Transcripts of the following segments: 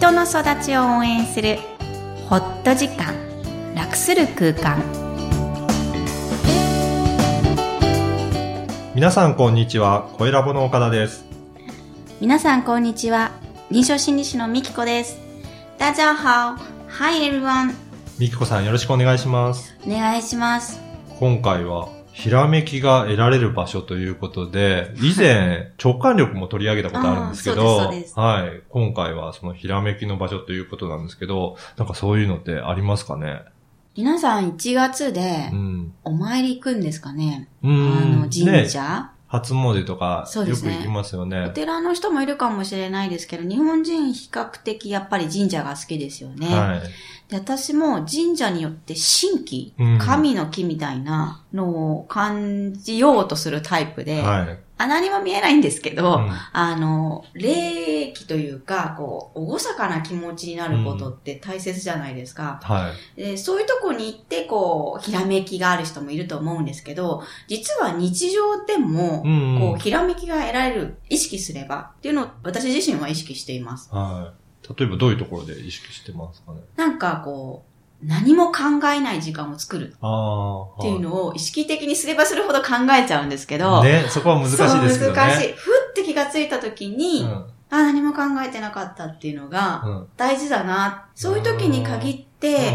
人の育ちを応援するホット時間、楽する空間。 皆さんこんにちは、声ラボの岡田です。 皆さんこんにちは、臨床心理士のみきこです。大家好。Hi everyone。 みきこさんよろしくお願いします。 お願いします。 今回はひらめきが得られる場所ということで、以前直感力も取り上げたことあるんですけど、 そうです。 はい。今回はそのひらめきの場所ということなんですけど、なんかそういうのってありますかね？ 皆さん1月でお参り行くんですかね？神社、 ね、初詣とかよく行きますよね。 お寺の人もいるかもしれないですけど、日本人比較的やっぱり神社が好きですよね。 はい。 で、私も神社によって神気、神の木みたいなのを感じようとするタイプで、はい、何も見えないんですけど、霊気というか、こう、厳かな気持ちになることって大切じゃないですか。 はい。 で、そういうとこに行って、こう、ひらめきがある人もいると思うんですけど、実は日常でも、こう、ひらめきが得られる、意識すればっていうのを私自身は意識しています。 はい。例えばどういうところで意識してますかね？ なんかこう、何も考えない時間を作るっていうのを意識的にすればするほど考えちゃうんですけど。 ね、そこは難しいですけどね。 難しい。ふって気がついた時に、何も考えてなかったっていうのが大事だな。そういう時に限って、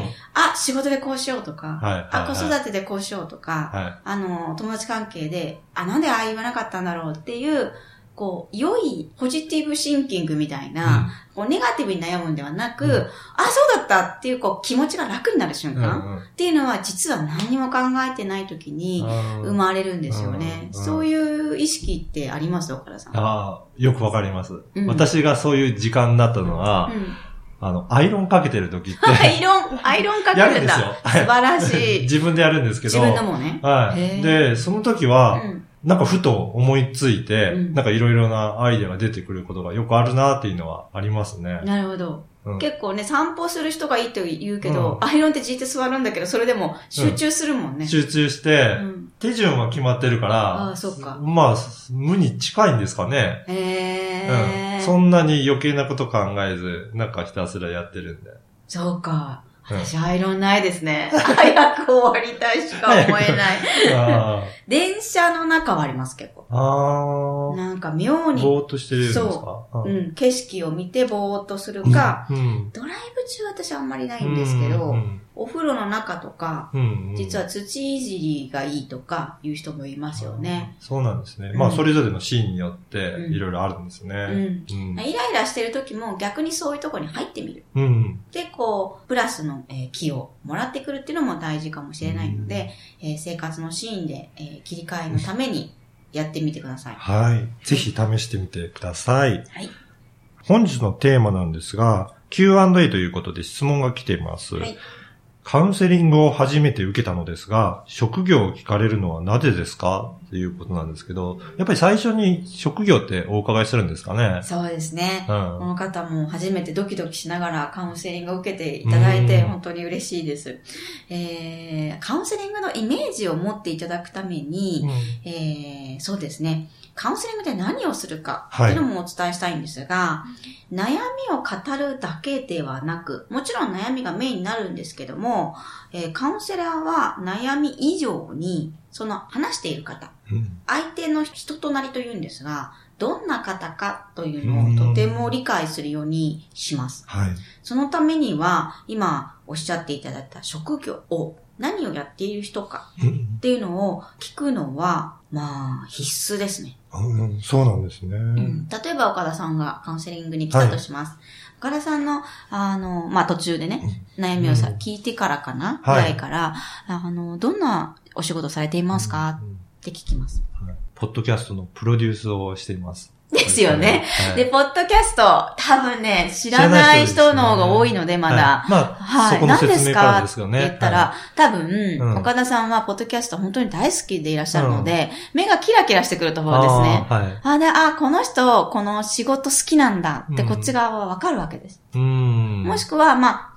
仕事でこうしようとか、子育てでこうしようとか、友達関係で、なんで言わなかったんだろうっていう、こう、良いポジティブシンキングみたいな、こうネガティブに悩むんではなく、そうだったっていう、こう、気持ちが楽になる瞬間、っていうのは、実は何も考えてない時に生まれるんですよね。そういう意識ってあります岡田さん？ よくわかります。私がそういう時間だったのは、アイロンかけてる時って。 アイロンかけるんだ。 やるんですよ。 素晴らしい。 自分でやるんですけど。 自分のもね。 はい。で、その時は、なんかふと思いついて、なんかいろいろなアイデアが出てくることがよくあるなっていうのはありますね。 なるほど。結構ね、散歩する人がいいと言うけど、アイロンってじって座るんだけど、それでも集中するもんね。 集中して、手順は決まってるから、 そうか。 まあ、無に近いんですかね。そんなに余計なこと考えず、なんかひたすらやってるんで。 そうか。私、アイロンないですね。早く終わりたいしか思えない。電車の中はあります、結構。なんか妙に。 ぼーっとしてるんですか？ そう。景色を見てぼーっとするか、ドライブ中は私あんまりないんですけど、お風呂の中とか、実は土いじりがいいとかいう人もいますよね。 そうなんですね。まあ、それぞれのシーンによっていろいろあるんですね。 イライラしてる時も逆にそういうところに入ってみる。で、こう、プラスの気をもらってくるっていうのも大事かもしれないので、生活のシーンで切り替えのためにやってみてください。 はい。ぜひ試してみてください。 はい。 本日のテーマなんですが、Q&A ということで質問が来ています。はい。カウンセリングを初めて受けたのですが、職業を聞かれるのはなぜですかっていうことなんですけど、やっぱり最初に職業ってお伺いするんですかね？ そうですね。この方も初めてドキドキしながらカウンセリングを受けていただいて本当に嬉しいです。カウンセリングのイメージを持っていただくために、そうですね。カウンセリングで何をするかっていうのもお伝えしたいんですが、悩みを語るだけではなく、もちろん悩みがメインになるんですけども、カウンセラーは悩み以上に、その話している方、相手の人となりというんですが、どんな方かというのをとても理解するようにします。そのためには、今おっしゃっていただいた職業を何をやっている人かっていうのを聞くのは、まあ、必須ですね。 そうなんですね。 例えば岡田さんがカウンセリングに来たとします。岡田さんの、まあ、途中でね、悩みを聞いてからかな、ぐらいから、どんなお仕事されていますかって聞きます。 ポッドキャストのプロデュースをしています。 ですよね。で、ポッドキャスト、多分ね、知らない人の方が多いので、まだ。 そこの説明からですよね。 何ですかって言ったら、多分、岡田さんはポッドキャスト本当に大好きでいらっしゃるので、目がキラキラしてくるところですね。この人、この仕事好きなんだってこっち側はわかるわけです。もしくは、まあ、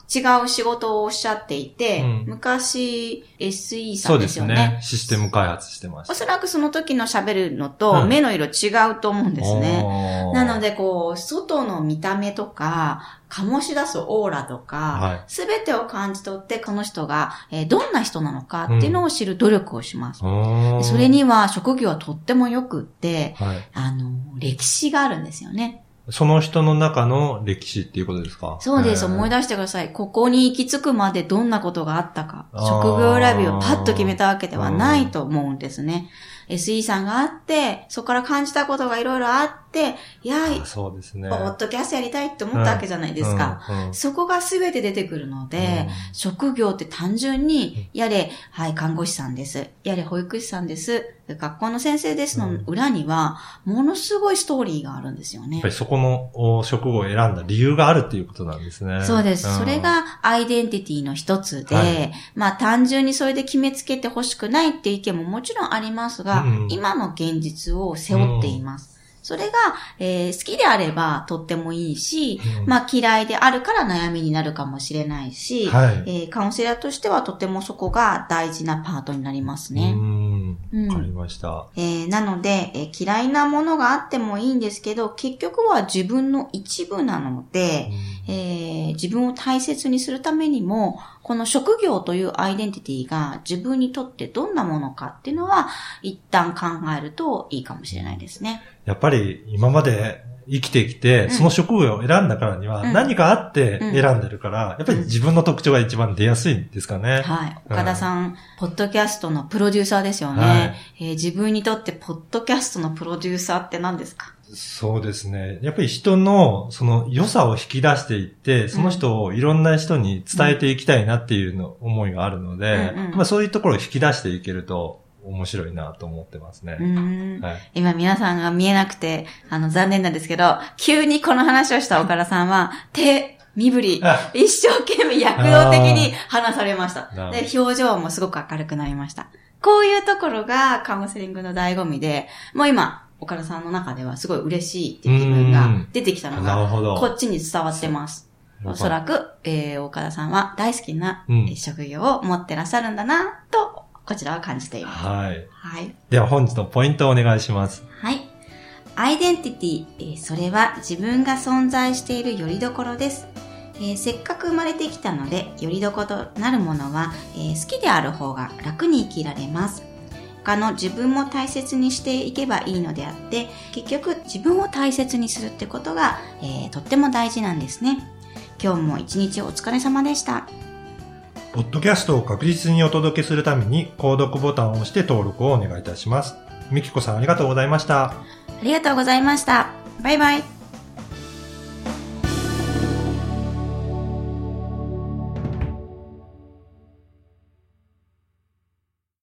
違う仕事をおっしゃっていて、昔 SE さんですよね。そうですね。 システム開発してました。 おそらくその時の喋るのと目の色違うと思うんですね。なので外の見た目とか、醸し出すオーラとか、すべてを感じ取ってこの人が、どんな人なのかっていうのを知る努力をします。それには職業はとってもよくって、歴史があるんですよね。 その人の中の歴史っていうことですか？ そうです。思い出してください。ここに行き着くまでどんなことがあったか。職業選びをパッと決めたわけではないと思うんですね。SE さんがあって、そこから感じたことがいろいろあって、 そうですね。 ポッドキャストやりたいって思ったわけじゃないですか。そこが全て出てくるので、職業って単純に、やれ、看護師さんです。やれ、保育士さんです。学校の先生ですの裏には、ものすごいストーリーがあるんですよね。 やっぱりそこの職業を選んだ理由があるっていうことなんですね。 そうです。それがアイデンティティの一つで、単純にそれで決めつけてほしくないっていう意見ももちろんありますが、今の現実を背負っています。それが、好きであればとってもいいし、嫌いであるから悩みになるかもしれないし、カウンセラーとしてはとてもそこが大事なパートになりますね。 わかりました。 なので、嫌いなものがあってもいいんですけど、結局は自分の一部なので、自分を大切にするためにも、この職業というアイデンティティが自分にとってどんなものかっていうのは一旦考えるといいかもしれないですね。 やっぱり今まで生きてきて、その職業を選んだからには何かあって選んでるから、やっぱり自分の特徴が一番出やすいんですかね。 岡田さん、ポッドキャストのプロデューサーですよね。自分にとってポッドキャストのプロデューサーって何ですか？ そうですね。やっぱり人のその良さを引き出していって、その人をいろんな人に伝えていきたいなっていうの思いがあるので、そういうところを引き出していけると面白いなと思ってますね。 今皆さんが見えなくて、残念なんですけど、急にこの話をした岡田さんは、身振り、一生懸命躍動的に話されました。で、表情もすごく明るくなりました。こういうところがカウンセリングの醍醐味で、もう今、岡田さんの中ではすごい嬉しいっていう気分が出てきたのが、こっちに伝わってます。おそらく、岡田さんは大好きな職業を持ってらっしゃるんだなと、こちらは感じています。 では本日のポイントをお願いします。 アイデンティティ、それは自分が存在している拠り所です。せっかく生まれてきたので、拠り所となるものは、好きである方が楽に生きられます。他の自分も大切にしていけばいいのであって、結局自分を大切にするってことが、とっても大事なんですね。今日も一日お疲れ様でした。 ポッドキャストを確実にお届けするために、購読ボタンを押して登録をお願いいたします。みきこさんありがとうございました。 ありがとうございました。バイバイ。